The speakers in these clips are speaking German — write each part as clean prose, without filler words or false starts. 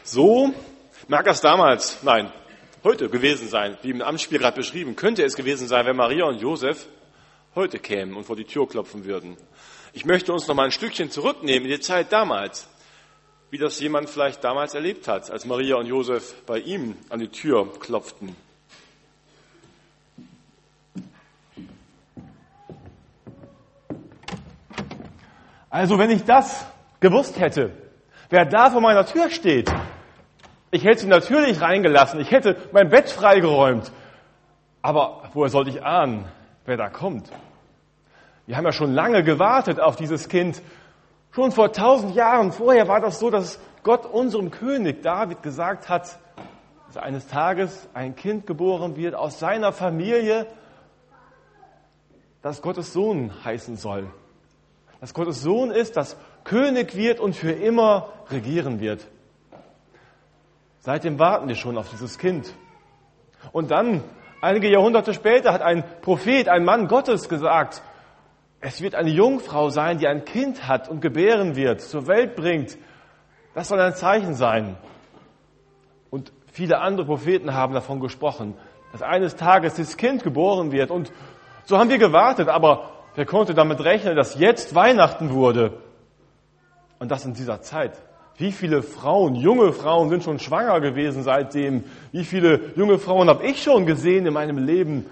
So mag das damals, nein, heute gewesen sein, wie im Amtsspiel gerade beschrieben, könnte es gewesen sein, wenn Maria und Josef heute kämen und vor die Tür klopfen würden. Ich möchte uns noch mal ein Stückchen zurücknehmen in die Zeit damals, wie das jemand vielleicht damals erlebt hat, als Maria und Josef bei ihm an die Tür klopften. Also wenn ich das gewusst hätte, wer da vor meiner Tür steht, ich hätte sie natürlich reingelassen, ich hätte mein Bett freigeräumt. Aber woher sollte ich ahnen, wer da kommt? Wir haben ja schon lange gewartet auf dieses Kind. Schon vor 1000 Jahren vorher war das so, dass Gott unserem König David gesagt hat, dass eines Tages ein Kind geboren wird aus seiner Familie, das Gottes Sohn heißen soll. Dass Gottes Sohn ist, das König wird und für immer regieren wird. Seitdem warten wir schon auf dieses Kind. Und dann, einige Jahrhunderte später, hat ein Prophet, ein Mann Gottes gesagt, es wird eine Jungfrau sein, die ein Kind hat und gebären wird, zur Welt bringt. Das soll ein Zeichen sein. Und viele andere Propheten haben davon gesprochen, dass eines Tages dieses Kind geboren wird. Und so haben wir gewartet, aber wer konnte damit rechnen, dass jetzt Weihnachten wurde? Und das in dieser Zeit. Wie viele Frauen, junge Frauen sind schon schwanger gewesen seitdem? Wie viele junge Frauen habe ich schon gesehen in meinem Leben?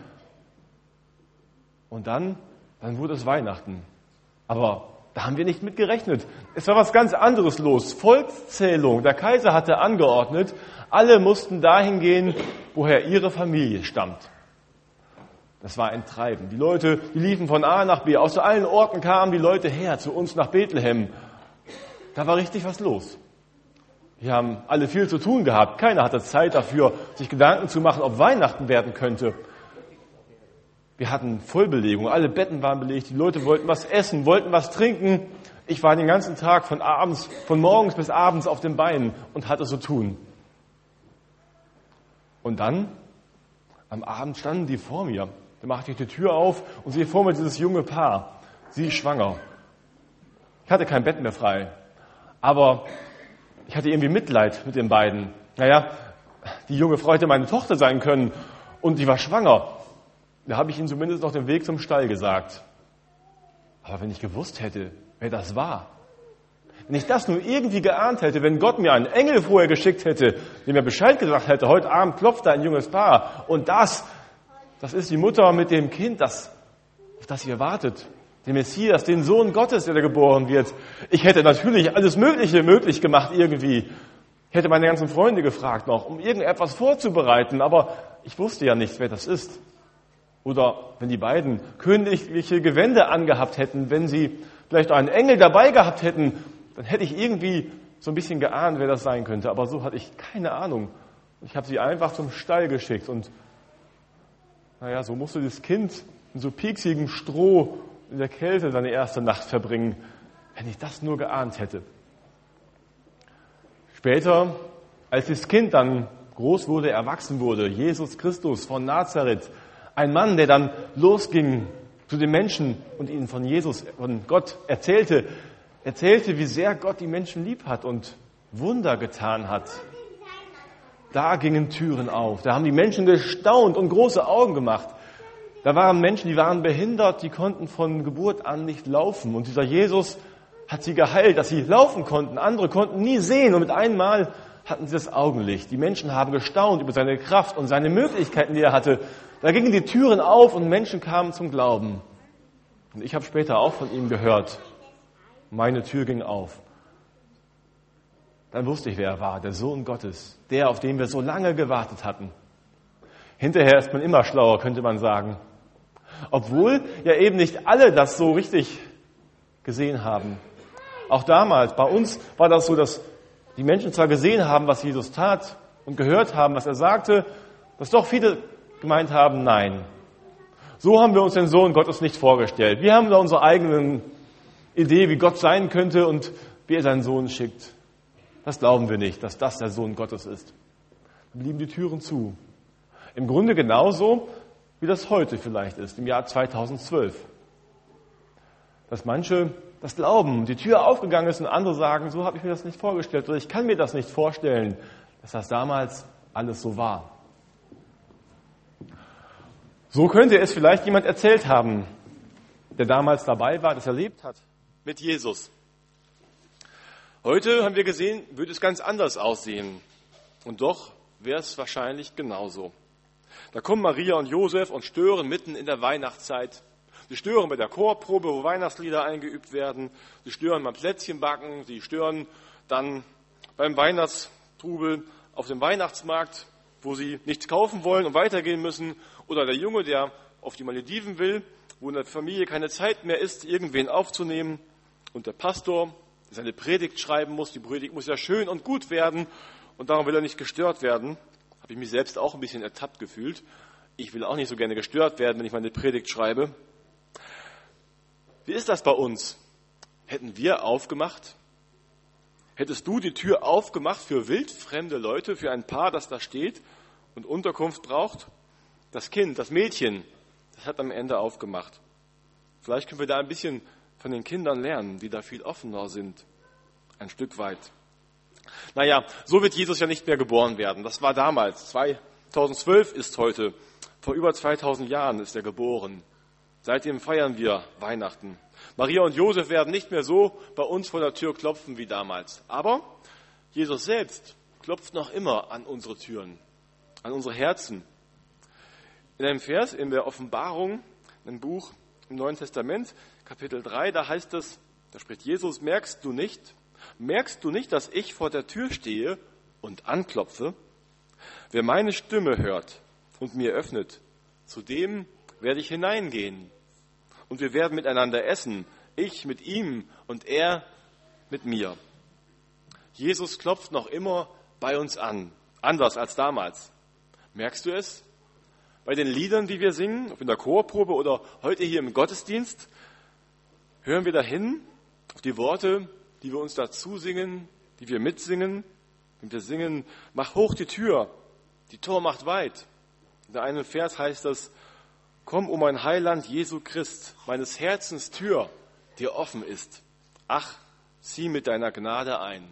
Und dann wurde es Weihnachten. Aber da haben wir nicht mit gerechnet. Es war was ganz anderes los. Volkszählung. Der Kaiser hatte angeordnet, alle mussten dahin gehen, woher ihre Familie stammt. Das war ein Treiben. Die Leute, die liefen von A nach B. Aus allen Orten kamen die Leute her, zu uns nach Bethlehem. Da war richtig was los. Wir haben alle viel zu tun gehabt. Keiner hatte Zeit dafür, sich Gedanken zu machen, ob Weihnachten werden könnte. Wir hatten Vollbelegung. Alle Betten waren belegt. Die Leute wollten was essen, wollten was trinken. Ich war den ganzen Tag von morgens bis abends auf den Beinen und hatte zu tun. Und dann, am Abend standen die vor mir. Da machte ich die Tür auf und sehe vor mir dieses junge Paar. Sie ist schwanger. Ich hatte kein Bett mehr frei. Aber ich hatte irgendwie Mitleid mit den beiden. Naja, die junge Frau hätte meine Tochter sein können und die war schwanger. Da habe ich ihnen zumindest noch den Weg zum Stall gesagt. Aber wenn ich gewusst hätte, wer das war, wenn ich das nur irgendwie geahnt hätte, wenn Gott mir einen Engel vorher geschickt hätte, der mir Bescheid gesagt hätte, heute Abend klopft da ein junges Paar und das ist die Mutter mit dem Kind, auf das ihr wartet. Den Messias, den Sohn Gottes, der da geboren wird. Ich hätte natürlich alles Mögliche möglich gemacht irgendwie. Ich hätte meine ganzen Freunde gefragt noch, um irgendetwas vorzubereiten, aber ich wusste ja nicht, wer das ist. Oder wenn die beiden königliche Gewänder angehabt hätten, wenn sie vielleicht auch einen Engel dabei gehabt hätten, dann hätte ich irgendwie so ein bisschen geahnt, wer das sein könnte. Aber so hatte ich keine Ahnung. Ich habe sie einfach zum Stall geschickt und so musste das Kind in so pieksigem Stroh in der Kälte seine erste Nacht verbringen, wenn ich das nur geahnt hätte. Später, als das Kind dann groß wurde, erwachsen wurde, Jesus Christus von Nazareth, ein Mann, der dann losging zu den Menschen und ihnen von Jesus, von Gott erzählte, wie sehr Gott die Menschen lieb hat und Wunder getan hat. Da gingen Türen auf, da haben die Menschen gestaunt und große Augen gemacht. Da waren Menschen, die waren behindert, die konnten von Geburt an nicht laufen. Und dieser Jesus hat sie geheilt, dass sie laufen konnten. Andere konnten nie sehen und mit einmal hatten sie das Augenlicht. Die Menschen haben gestaunt über seine Kraft und seine Möglichkeiten, die er hatte. Da gingen die Türen auf und Menschen kamen zum Glauben. Und ich habe später auch von ihm gehört. Meine Tür ging auf. Dann wusste ich, wer er war, der Sohn Gottes, der, auf den wir so lange gewartet hatten. Hinterher ist man immer schlauer, könnte man sagen. Obwohl ja eben nicht alle das so richtig gesehen haben. Auch damals, bei uns war das so, dass die Menschen zwar gesehen haben, was Jesus tat und gehört haben, was er sagte, dass doch viele gemeint haben, nein. So haben wir uns den Sohn Gottes nicht vorgestellt. Wir haben da unsere eigene Idee, wie Gott sein könnte und wie er seinen Sohn schickt. Das glauben wir nicht, dass das der Sohn Gottes ist. Wir blieben die Türen zu. Im Grunde genauso, wie das heute vielleicht ist, im Jahr 2012. Dass manche das Glauben, die Tür aufgegangen ist und andere sagen, so habe ich mir das nicht vorgestellt oder ich kann mir das nicht vorstellen, dass das damals alles so war. So könnte es vielleicht jemand erzählt haben, der damals dabei war, das erlebt hat. Mit Jesus. Heute haben wir gesehen, würde es ganz anders aussehen. Und doch wäre es wahrscheinlich genauso. Da kommen Maria und Josef und stören mitten in der Weihnachtszeit. Sie stören bei der Chorprobe, wo Weihnachtslieder eingeübt werden. Sie stören beim Plätzchenbacken. Sie stören dann beim Weihnachtstrubel auf dem Weihnachtsmarkt, wo sie nichts kaufen wollen und weitergehen müssen. Oder der Junge, der auf die Malediven will, wo in der Familie keine Zeit mehr ist, irgendwen aufzunehmen. Und der Pastor, der seine Predigt schreiben muss. Die Predigt muss ja schön und gut werden. Und darum will er nicht gestört werden. Habe ich mich selbst auch ein bisschen ertappt gefühlt. Ich will auch nicht so gerne gestört werden, wenn ich meine Predigt schreibe. Wie ist das bei uns? Hätten wir aufgemacht? Hättest du die Tür aufgemacht für wildfremde Leute, für ein Paar, das da steht und Unterkunft braucht? Das Kind, das Mädchen, das hat am Ende aufgemacht. Vielleicht können wir da ein bisschen von den Kindern lernen, die da viel offener sind. Ein Stück weit. Naja, so wird Jesus ja nicht mehr geboren werden. Das war damals. 2012 ist heute. Vor über 2000 Jahren ist er geboren. Seitdem feiern wir Weihnachten. Maria und Josef werden nicht mehr so bei uns vor der Tür klopfen wie damals. Aber Jesus selbst klopft noch immer an unsere Türen, an unsere Herzen. In einem Vers in der Offenbarung, im Buch im Neuen Testament, Kapitel 3, da heißt es, da spricht Jesus, merkst du nicht, dass ich vor der Tür stehe und anklopfe? Wer meine Stimme hört und mir öffnet, zu dem werde ich hineingehen. Und wir werden miteinander essen, ich mit ihm und er mit mir. Jesus klopft noch immer bei uns an, anders als damals. Merkst du es? Bei den Liedern, die wir singen, in der Chorprobe oder heute hier im Gottesdienst, hören wir dahin auf die Worte, die wir uns dazu singen, die wir mitsingen. Und wir singen, mach hoch die Tür, die Tor macht weit. In der einen Vers heißt das, komm, o mein Heiland Jesu Christ, meines Herzens Tür dir offen ist. Ach, zieh mit deiner Gnade ein.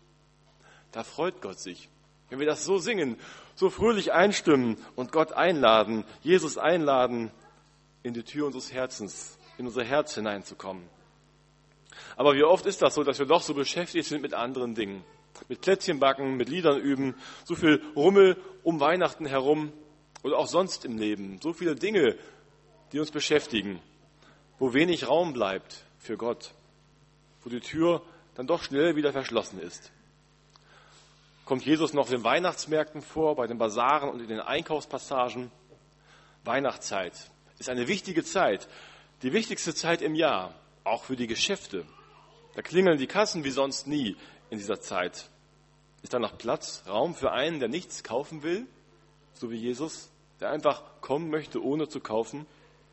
Da freut Gott sich, wenn wir das so singen, so fröhlich einstimmen und Gott einladen, Jesus einladen, in die Tür unseres Herzens, in unser Herz hineinzukommen. Aber wie oft ist das so, dass wir doch so beschäftigt sind mit anderen Dingen, mit Plätzchen backen, mit Liedern üben, so viel Rummel um Weihnachten herum oder auch sonst im Leben, so viele Dinge, die uns beschäftigen, wo wenig Raum bleibt für Gott, wo die Tür dann doch schnell wieder verschlossen ist. Kommt Jesus noch in den Weihnachtsmärkten vor, bei den Basaren und in den Einkaufspassagen? Weihnachtszeit ist eine wichtige Zeit, die wichtigste Zeit im Jahr, auch für die Geschäfte. Da klingeln die Kassen wie sonst nie in dieser Zeit. Ist da noch Platz, Raum für einen, der nichts kaufen will, so wie Jesus, der einfach kommen möchte, ohne zu kaufen?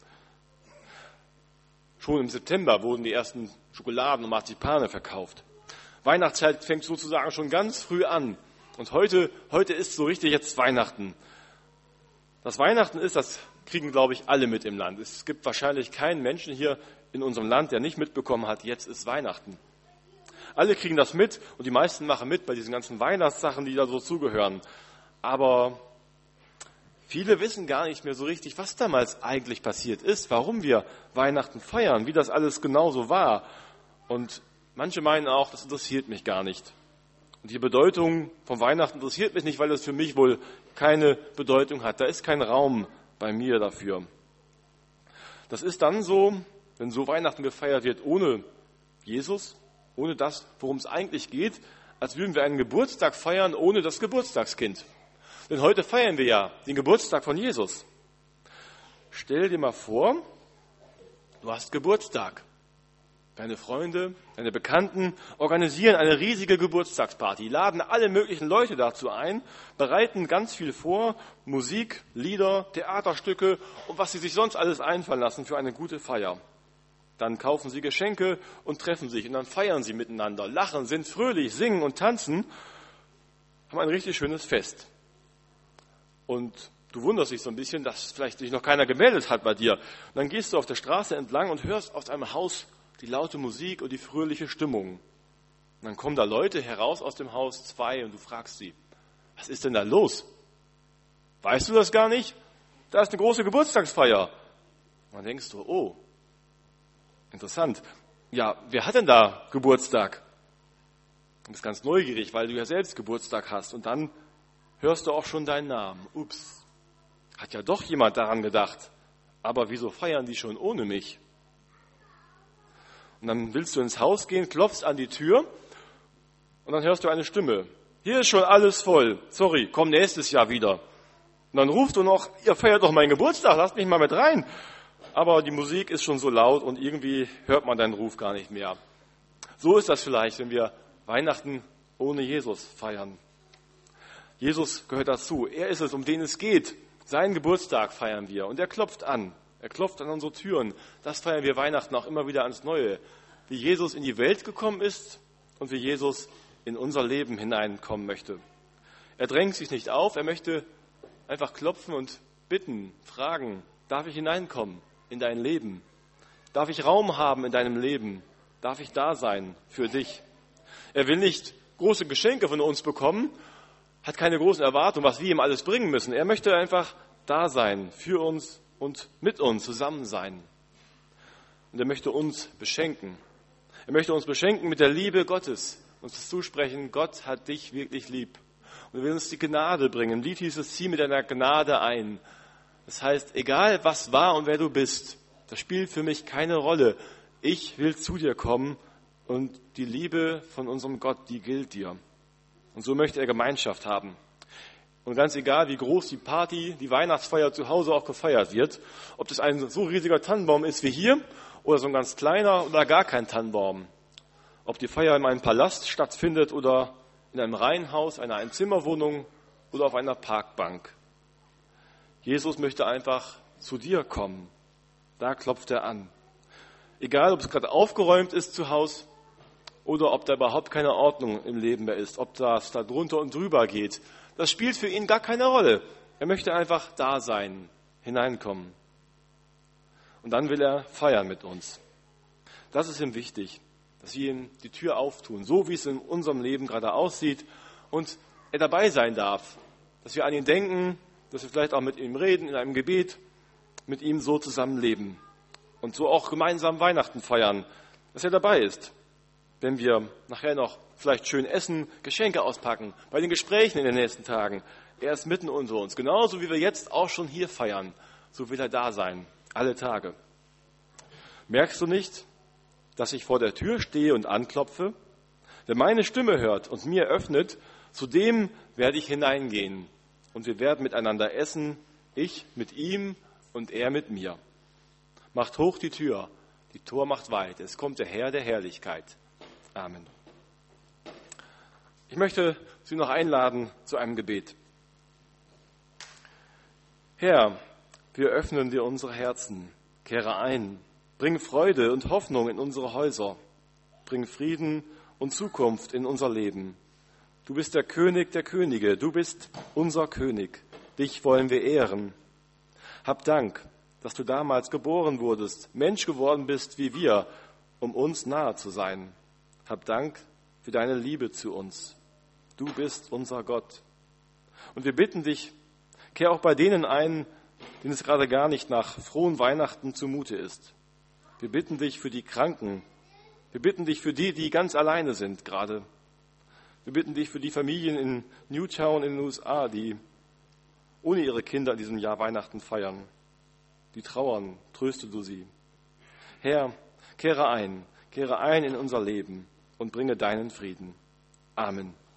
Schon im September wurden die ersten Schokoladen und Marzipane verkauft. Weihnachtszeit fängt sozusagen schon ganz früh an. Und heute ist so richtig jetzt Weihnachten. Das Weihnachten ist, das kriegen, glaube ich, alle mit im Land. Es gibt wahrscheinlich keinen Menschen hier in unserem Land, der nicht mitbekommen hat, jetzt ist Weihnachten. Alle kriegen das mit und die meisten machen mit bei diesen ganzen Weihnachtssachen, die da so zugehören. Aber viele wissen gar nicht mehr so richtig, was damals eigentlich passiert ist, warum wir Weihnachten feiern, wie das alles genauso war. Und manche meinen auch, das interessiert mich gar nicht. Und die Bedeutung von Weihnachten interessiert mich nicht, weil es für mich wohl keine Bedeutung hat. Da ist kein Raum bei mir dafür. Das ist dann so, wenn so Weihnachten gefeiert wird ohne Jesus, ohne das, worum es eigentlich geht, als würden wir einen Geburtstag feiern ohne das Geburtstagskind. Denn heute feiern wir ja den Geburtstag von Jesus. Stell dir mal vor, du hast Geburtstag. Deine Freunde, deine Bekannten organisieren eine riesige Geburtstagsparty, laden alle möglichen Leute dazu ein, bereiten ganz viel vor, Musik, Lieder, Theaterstücke und was sie sich sonst alles einfallen lassen für eine gute Feier. Dann kaufen sie Geschenke und treffen sich und dann feiern sie miteinander, lachen, sind fröhlich, singen und tanzen, haben ein richtig schönes Fest. Und du wunderst dich so ein bisschen, dass vielleicht sich noch keiner gemeldet hat bei dir. Und dann gehst du auf der Straße entlang und hörst aus einem Haus die laute Musik und die fröhliche Stimmung. Und dann kommen da Leute heraus aus dem Haus 2 und du fragst sie, was ist denn da los? Weißt du das gar nicht? Da ist eine große Geburtstagsfeier. Und dann denkst du, oh, interessant. Ja, wer hat denn da Geburtstag? Du bist ganz neugierig, weil du ja selbst Geburtstag hast. Und dann hörst du auch schon deinen Namen. Ups, hat ja doch jemand daran gedacht. Aber wieso feiern die schon ohne mich? Und dann willst du ins Haus gehen, klopfst an die Tür und dann hörst du eine Stimme. Hier ist schon alles voll. Sorry, komm nächstes Jahr wieder. Und dann rufst du noch, ihr feiert doch meinen Geburtstag, lasst mich mal mit rein. Aber die Musik ist schon so laut und irgendwie hört man deinen Ruf gar nicht mehr. So ist das vielleicht, wenn wir Weihnachten ohne Jesus feiern. Jesus gehört dazu. Er ist es, um den es geht. Seinen Geburtstag feiern wir und er klopft an. Er klopft an unsere Türen. Das feiern wir Weihnachten auch immer wieder ans Neue. Wie Jesus in die Welt gekommen ist und wie Jesus in unser Leben hineinkommen möchte. Er drängt sich nicht auf, er möchte einfach klopfen und bitten, fragen, darf ich hineinkommen in dein Leben? Darf ich Raum haben in deinem Leben? Darf ich da sein für dich? Er will nicht große Geschenke von uns bekommen, hat keine großen Erwartungen, was wir ihm alles bringen müssen. Er möchte einfach da sein für uns und mit uns zusammen sein. Und er möchte uns beschenken. Er möchte uns beschenken mit der Liebe Gottes. Uns zusprechen, Gott hat dich wirklich lieb. Und er will uns die Gnade bringen. Im Lied hieß es, zieh mit deiner Gnade ein. Das heißt, egal was war und wer du bist, das spielt für mich keine Rolle. Ich will zu dir kommen und die Liebe von unserem Gott, die gilt dir. Und so möchte er Gemeinschaft haben. Und ganz egal, wie groß die Party, die Weihnachtsfeier zu Hause auch gefeiert wird, ob das ein so riesiger Tannenbaum ist wie hier oder so ein ganz kleiner oder gar kein Tannenbaum, ob die Feier in einem Palast stattfindet oder in einem Reihenhaus, einer Einzimmerwohnung oder auf einer Parkbank. Jesus möchte einfach zu dir kommen. Da klopft er an. Egal, ob es gerade aufgeräumt ist zu Hause oder ob da überhaupt keine Ordnung im Leben mehr ist, ob das da drunter und drüber geht. Das spielt für ihn gar keine Rolle. Er möchte einfach da sein, hineinkommen. Und dann will er feiern mit uns. Das ist ihm wichtig, dass wir ihm die Tür auftun, so wie es in unserem Leben gerade aussieht und er dabei sein darf, dass wir an ihn denken, dass wir vielleicht auch mit ihm reden, in einem Gebet, mit ihm so zusammenleben und so auch gemeinsam Weihnachten feiern, dass er dabei ist, wenn wir nachher noch vielleicht schön essen, Geschenke auspacken, bei den Gesprächen in den nächsten Tagen. Er ist mitten unter uns, genauso wie wir jetzt auch schon hier feiern, so will er da sein, alle Tage. Merkst du nicht, dass ich vor der Tür stehe und anklopfe? Wer meine Stimme hört und mir öffnet, zu dem werde ich hineingehen. Und wir werden miteinander essen, ich mit ihm und er mit mir. Macht hoch die Tür, die Tor macht weit, es kommt der Herr der Herrlichkeit. Amen. Ich möchte Sie noch einladen zu einem Gebet. Herr, wir öffnen dir unsere Herzen, kehre ein, bring Freude und Hoffnung in unsere Häuser, bring Frieden und Zukunft in unser Leben. Du bist der König der Könige, du bist unser König, dich wollen wir ehren. Hab Dank, dass du damals geboren wurdest, Mensch geworden bist wie wir, um uns nahe zu sein. Hab Dank für deine Liebe zu uns. Du bist unser Gott. Und wir bitten dich, kehr auch bei denen ein, denen es gerade gar nicht nach frohen Weihnachten zumute ist. Wir bitten dich für die Kranken. Wir bitten dich für die, die ganz alleine sind gerade. Wir bitten dich für die Familien in Newtown in den USA, die ohne ihre Kinder in diesem Jahr Weihnachten feiern. Die trauern, tröste du sie. Herr, kehre ein in unser Leben und bringe deinen Frieden. Amen.